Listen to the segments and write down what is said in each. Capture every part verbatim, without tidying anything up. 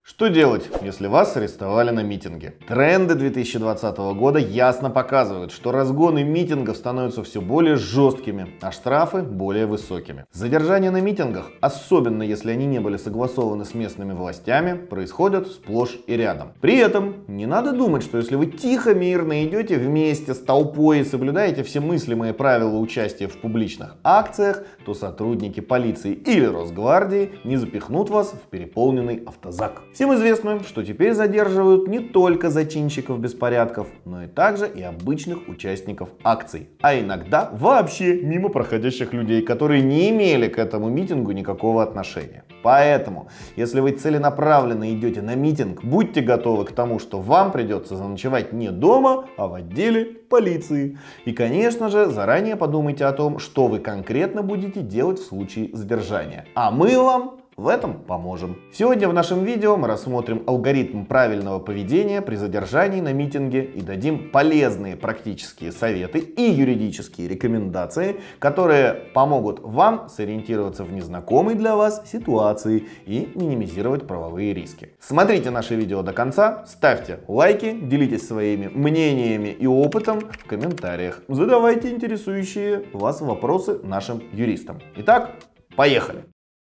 Что делать, если вас арестовали на митинге? Тренды две тысячи двадцатого года ясно показывают, что разгоны митингов становятся все более жесткими, а штрафы более высокими. Задержания на митингах, особенно если они не были согласованы с местными властями, происходят сплошь и рядом. При этом не надо думать, что если вы тихо, мирно идете вместе с толпой и соблюдаете все мыслимые правила участия в публичных акциях, то сотрудники полиции или Росгвардии не запихнут вас в переполненный автозак. Всем известно, что теперь задерживают не только зачинщиков беспорядков, но и также и обычных участников акций. А иногда вообще мимо проходящих людей, которые не имели к этому митингу никакого отношения. Поэтому, если вы целенаправленно идете на митинг, будьте готовы к тому, что вам придется заночевать не дома, а в отделе полиции. И, конечно же, заранее подумайте о том, что вы конкретно будете делать в случае задержания. А мы вам в этом поможем. Сегодня в нашем видео мы рассмотрим алгоритм правильного поведения при задержании на митинге и дадим полезные практические советы и юридические рекомендации, которые помогут вам сориентироваться в незнакомой для вас ситуации и минимизировать правовые риски. Смотрите наше видео до конца, ставьте лайки, делитесь своими мнениями и опытом в комментариях. Задавайте интересующие вас вопросы нашим юристам. Итак, поехали!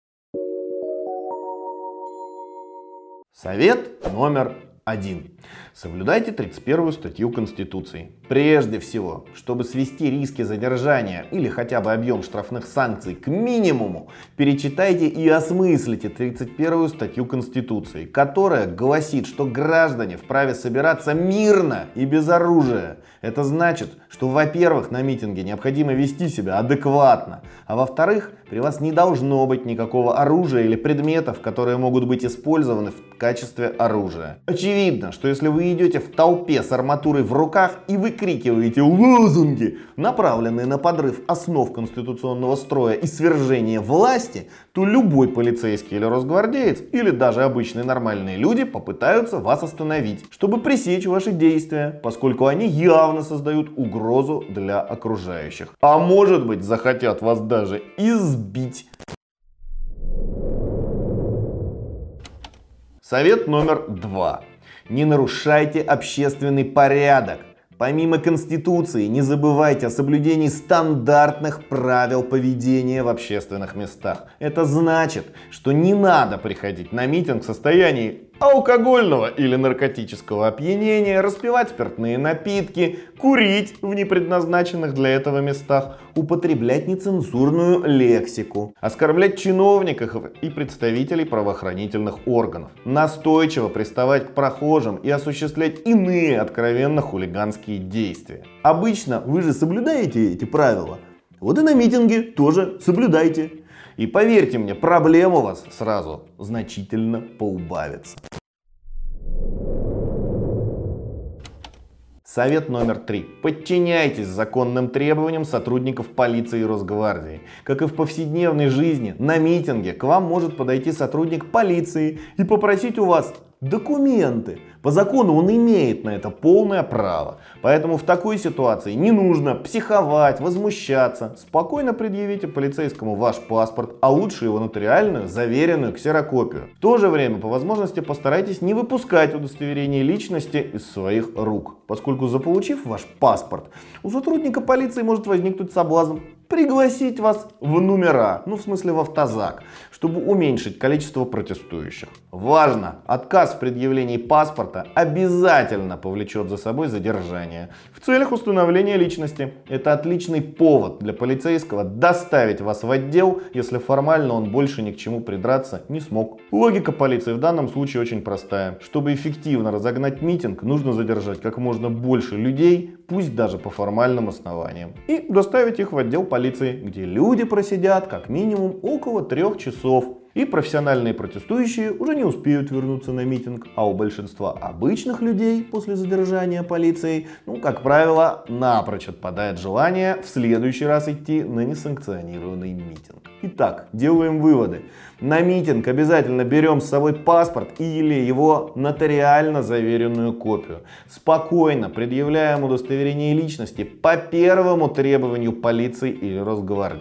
Совет номер один. Соблюдайте тридцать первую статью Конституции. Прежде всего, чтобы свести риски задержания или хотя бы объем штрафных санкций к минимуму, перечитайте и осмыслите тридцать первую статью Конституции, которая гласит, что граждане вправе собираться мирно и без оружия. Это значит, что, во-первых, на митинге необходимо вести себя адекватно, а во-вторых, при вас не должно быть никакого оружия или предметов, которые могут быть использованы в качестве оружия. Очевидно, что если вы идете в толпе с арматурой в руках и выкрикиваете лозунги, направленные на подрыв основ конституционного строя и свержение власти, то любой полицейский или росгвардеец, или даже обычные нормальные люди попытаются вас остановить, чтобы пресечь ваши действия, поскольку они явно создают угрозу для окружающих. А может быть, захотят вас даже избить. Совет номер два. Не нарушайте общественный порядок. Помимо Конституции, не забывайте о соблюдении стандартных правил поведения в общественных местах. Это значит, что не надо приходить на митинг в состоянии алкогольного или наркотического опьянения, распивать спиртные напитки, курить в непредназначенных для этого местах, употреблять нецензурную лексику, оскорблять чиновников и представителей правоохранительных органов, настойчиво приставать к прохожим и осуществлять иные откровенно хулиганские действия. Обычно вы же соблюдаете эти правила, вот и на митинге тоже соблюдайте. И поверьте мне, проблем у вас сразу значительно поубавится. Совет номер три. Подчиняйтесь законным требованиям сотрудников полиции и Росгвардии. Как и в повседневной жизни, на митинге к вам может подойти сотрудник полиции и попросить у вас документы. По закону он имеет на это полное право. Поэтому в такой ситуации не нужно психовать, возмущаться. Спокойно предъявите полицейскому ваш паспорт, а лучше его нотариальную, заверенную ксерокопию. В то же время, по возможности, постарайтесь не выпускать удостоверение личности из своих рук, поскольку, заполучив ваш паспорт, у сотрудника полиции может возникнуть соблазн пригласить вас в номера, ну в смысле в автозак, чтобы уменьшить количество протестующих. Важно! Отказ в предъявлении паспорта обязательно повлечет за собой задержание в целях установления личности. Это отличный повод для полицейского доставить вас в отдел, если формально он больше ни к чему придраться не смог. Логика полиции в данном случае очень простая. Чтобы эффективно разогнать митинг, нужно задержать как можно больше людей, пусть даже по формальным основаниям, и доставить их в отдел полиции, где люди просидят как минимум около трех часов. И профессиональные протестующие уже не успеют вернуться на митинг, а у большинства обычных людей после задержания полицией, ну, как правило, напрочь отпадает желание в следующий раз идти на несанкционированный митинг. Итак, делаем выводы. На митинг обязательно берем с собой паспорт или его нотариально заверенную копию. Спокойно предъявляем удостоверение личности по первому требованию полиции или Росгвардии.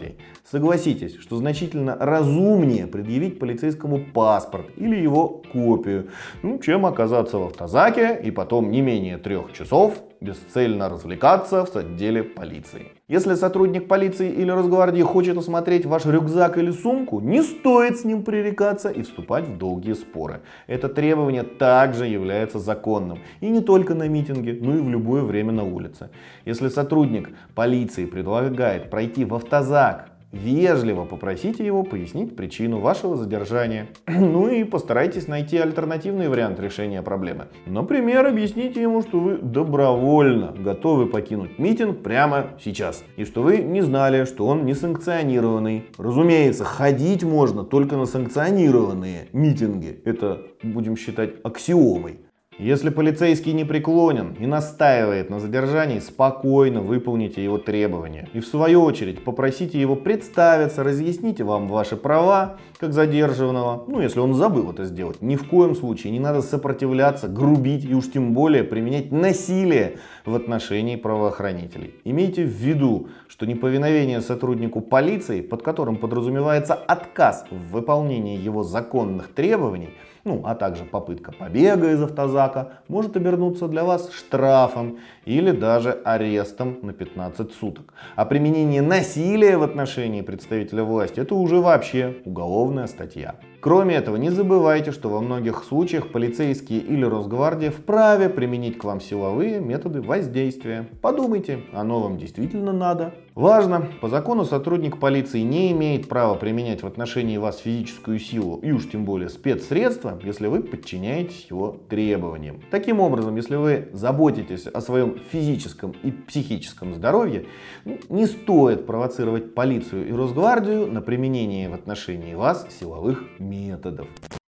Согласитесь, что значительно разумнее предъявить полицейскому паспорт или его копию, ну, чем оказаться в автозаке и потом не менее трех часов бесцельно развлекаться в отделе полиции. Если сотрудник полиции или Росгвардии хочет осмотреть ваш рюкзак или сумку, не стоит с ним пререкаться и вступать в долгие споры. Это требование также является законным. И не только на митинге, но и в любое время на улице. Если сотрудник полиции предлагает пройти в автозак, вежливо попросите его пояснить причину вашего задержания. Ну и постарайтесь найти альтернативный вариант решения проблемы. Например, объясните ему, что вы добровольно готовы покинуть митинг прямо сейчас. И что вы не знали, что он несанкционированный. Разумеется, ходить можно только на санкционированные митинги. Это будем считать аксиомой. Если полицейский непреклонен и настаивает на задержании, спокойно выполните его требования. И в свою очередь попросите его представиться, разъясните вам ваши права как задержанного. Ну, если он забыл это сделать. Ни в коем случае не надо сопротивляться, грубить и уж тем более применять насилие в отношении правоохранителей. Имейте в виду, что неповиновение сотруднику полиции, под которым подразумевается отказ в выполнении его законных требований, ну, а также попытка побега из автозака, может обернуться для вас штрафом или даже арестом на пятнадцать суток. А применение насилия в отношении представителя власти — это уже вообще уголовная статья. Кроме этого, не забывайте, что во многих случаях полицейские или Росгвардия вправе применить к вам силовые методы воздействия. Подумайте, оно вам действительно надо. Важно, по закону сотрудник полиции не имеет права применять в отношении вас физическую силу и уж тем более спецсредства, если вы подчиняетесь его требованиям. Таким образом, если вы заботитесь о своем физическом и психическом здоровье, не стоит провоцировать полицию и Росгвардию на применение в отношении вас силовых методов.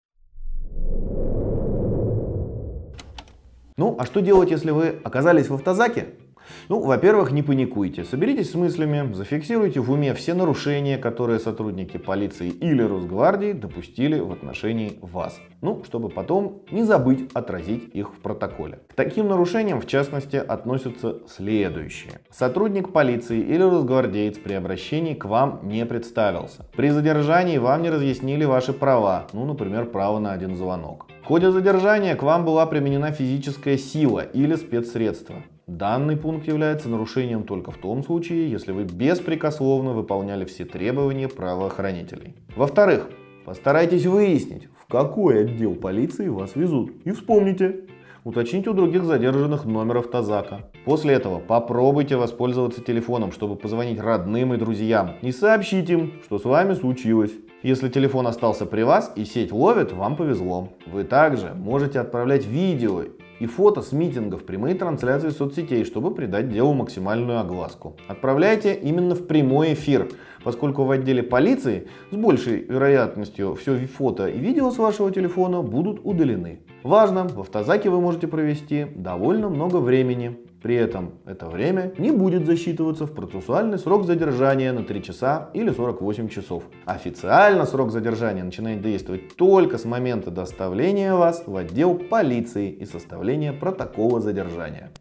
Ну, а что делать, если вы оказались в автозаке? Ну, во-первых, не паникуйте, соберитесь с мыслями, зафиксируйте в уме все нарушения, которые сотрудники полиции или Росгвардии допустили в отношении вас. Ну, чтобы потом не забыть отразить их в протоколе. К таким нарушениям, в частности, относятся следующие. Сотрудник полиции или росгвардеец при обращении к вам не представился. При задержании вам не разъяснили ваши права, ну, например, право на один звонок. В ходе задержания к вам была применена физическая сила или спецсредство. Данный пункт является нарушением только в том случае, если вы беспрекословно выполняли все требования правоохранителей. Во-вторых, постарайтесь выяснить, в какой отдел полиции вас везут. И вспомните, уточните у других задержанных номер автозака. После этого попробуйте воспользоваться телефоном, чтобы позвонить родным и друзьям. И сообщить им, что с вами случилось. Если телефон остался при вас и сеть ловит, вам повезло. Вы также можете отправлять видео и фото с митингов, прямые трансляции соцсетей, чтобы придать делу максимальную огласку. Отправляйте именно в прямой эфир, поскольку в отделе полиции с большей вероятностью все фото и видео с вашего телефона будут удалены. Важно, в автозаке вы можете провести довольно много времени. При этом это время не будет засчитываться в процессуальный срок задержания на три часа или сорок восемь часов. Официально срок задержания начинает действовать только с момента доставления вас в отдел полиции и составления протокола задержания.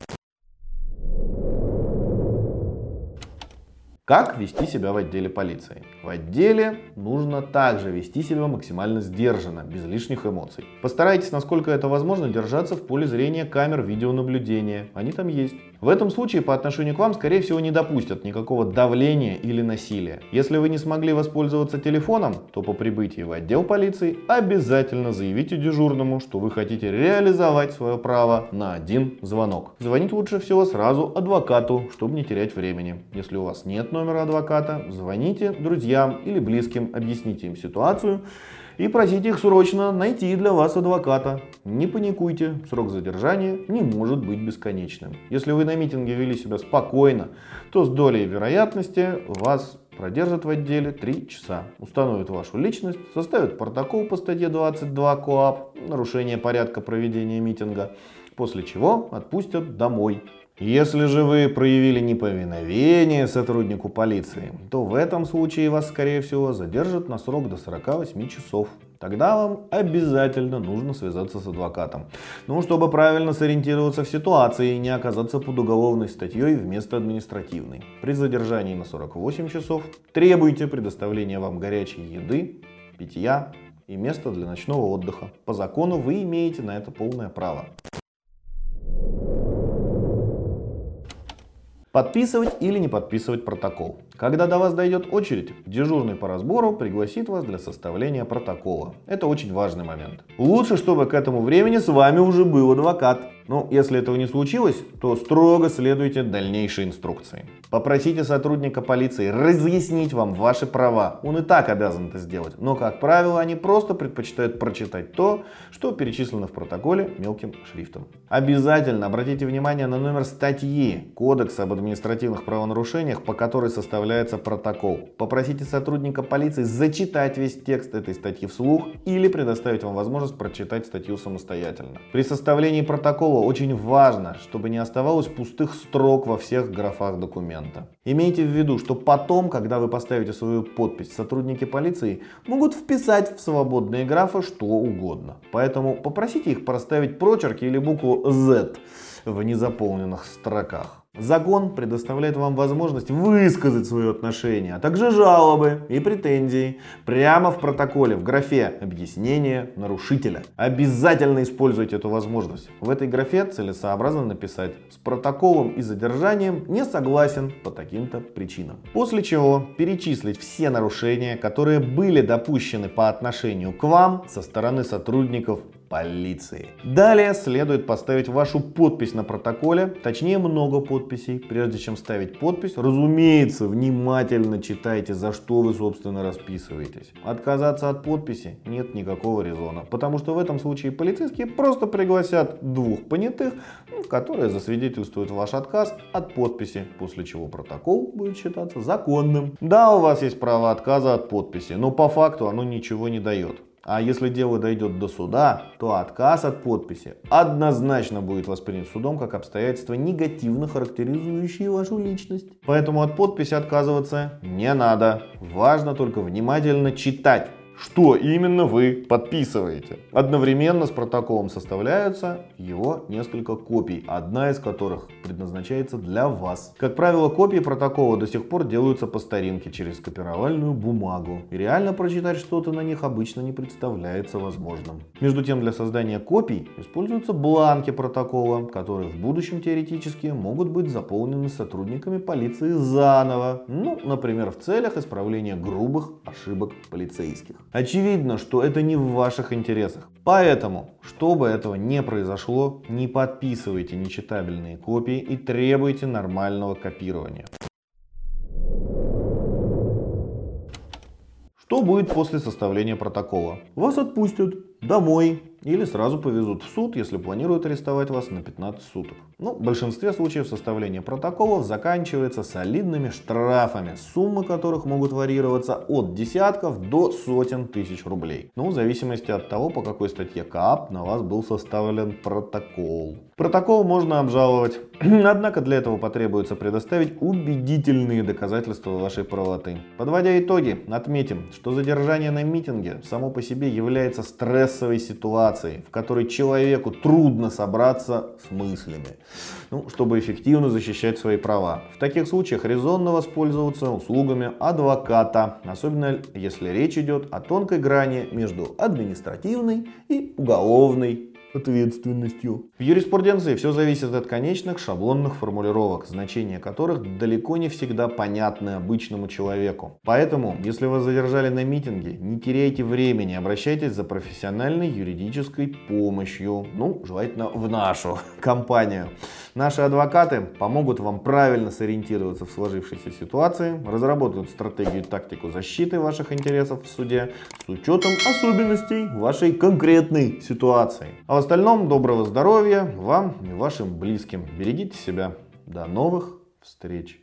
Как вести себя в отделе полиции? В отделе нужно также вести себя максимально сдержанно, без лишних эмоций. Постарайтесь, насколько это возможно, держаться в поле зрения камер видеонаблюдения. Они там есть. В этом случае по отношению к вам, скорее всего, не допустят никакого давления или насилия. Если вы не смогли воспользоваться телефоном, то по прибытии в отдел полиции обязательно заявите дежурному, что вы хотите реализовать свое право на один звонок. Звонить лучше всего сразу адвокату, чтобы не терять времени. Если у вас нет номера адвоката, звоните друзьям или близким, объясните им ситуацию и просите их срочно найти для вас адвоката. Не паникуйте, срок задержания не может быть бесконечным. Если вы на митинге вели себя спокойно, то с долей вероятности вас продержат в отделе три часа. Установят вашу личность, составят протокол по статье двадцать два КоАП, нарушение порядка проведения митинга, после чего отпустят домой. Если же вы проявили неповиновение сотруднику полиции, то в этом случае вас, скорее всего, задержат на срок до сорока восьми часов. тогда вам обязательно нужно связаться с адвокатом. Ну, чтобы правильно сориентироваться в ситуации и не оказаться под уголовной статьей вместо административной. При задержании на сорок восемь часов требуйте предоставления вам горячей еды, питья и места для ночного отдыха. По закону вы имеете на это полное право. Подписывать или не подписывать протокол. Когда до вас дойдет очередь, дежурный по разбору пригласит вас для составления протокола. Это очень важный момент. Лучше, чтобы к этому времени с вами уже был адвокат. Но если этого не случилось, то строго следуйте дальнейшей инструкции. Попросите сотрудника полиции разъяснить вам ваши права. Он и так обязан это сделать. Но, как правило, они просто предпочитают прочитать то, что перечислено в протоколе мелким шрифтом. Обязательно обратите внимание на номер статьи Кодекса об административных правонарушениях, по которой составляется протокол. Попросите сотрудника полиции зачитать весь текст этой статьи вслух или предоставить вам возможность прочитать статью самостоятельно. При составлении протокола очень важно, чтобы не оставалось пустых строк во всех графах документа. Имейте в виду, что потом, когда вы поставите свою подпись, сотрудники полиции могут вписать в свободные графы что угодно. Поэтому попросите их проставить прочерки или букву зет в незаполненных строках. Закон предоставляет вам возможность высказать свое отношение, а также жалобы и претензии прямо в протоколе в графе «Объяснение нарушителя». Обязательно используйте эту возможность. В этой графе целесообразно написать «С протоколом и задержанием не согласен по таким-то причинам». После чего перечислить все нарушения, которые были допущены по отношению к вам со стороны сотрудников полиции. Далее следует поставить вашу подпись на протоколе, точнее много подписей. Прежде чем ставить подпись, разумеется, внимательно читайте, за что вы, собственно, расписываетесь. Отказаться от подписи нет никакого резона, потому что в этом случае полицейские просто пригласят двух понятых, которые засвидетельствуют ваш отказ от подписи, после чего протокол будет считаться законным. Да, у вас есть право отказа от подписи, но по факту оно ничего не дает. А если дело дойдет до суда, то отказ от подписи однозначно будет воспринят судом как обстоятельства, негативно характеризующие вашу личность. Поэтому от подписи отказываться не надо. Важно только внимательно читать, что именно вы подписываете. Одновременно с протоколом составляются его несколько копий, одна из которых предназначается для вас. Как правило, копии протокола до сих пор делаются по старинке через копировальную бумагу. И реально прочитать что-то на них обычно не представляется возможным. Между тем, для создания копий используются бланки протокола, которые в будущем теоретически могут быть заполнены сотрудниками полиции заново. Ну, например, в целях исправления грубых ошибок полицейских. Очевидно, что это не в ваших интересах. Поэтому, чтобы этого не произошло, не подписывайте нечитабельные копии и требуйте нормального копирования. Что будет после составления протокола? Вас отпустят домой или сразу повезут в суд, если планируют арестовать вас на пятнадцать суток. Ну, в большинстве случаев составление протоколов заканчивается солидными штрафами, суммы которых могут варьироваться от десятков до сотен тысяч рублей. Ну, в зависимости от того, по какой статье КАП на вас был составлен протокол. Протокол можно обжаловать, однако для этого потребуется предоставить убедительные доказательства вашей правоты. Подводя итоги, отметим, что задержание на митинге само по себе является стрессовой ситуацией, в которой человеку трудно собраться с мыслями, ну, чтобы эффективно защищать свои права. В таких случаях резонно воспользоваться услугами адвоката, особенно если речь идет о тонкой грани между административной и уголовной ответственностью. В юриспруденции все зависит от конечных шаблонных формулировок, значения которых далеко не всегда понятны обычному человеку. Поэтому, если вас задержали на митинге, не теряйте времени, обращайтесь за профессиональной юридической помощью, ну, желательно в нашу компанию. Наши адвокаты помогут вам правильно сориентироваться в сложившейся ситуации, разработают стратегию и тактику защиты ваших интересов в суде с учетом особенностей вашей конкретной ситуации. А в остальном доброго здоровья вам и вашим близким. Берегите себя. До новых встреч.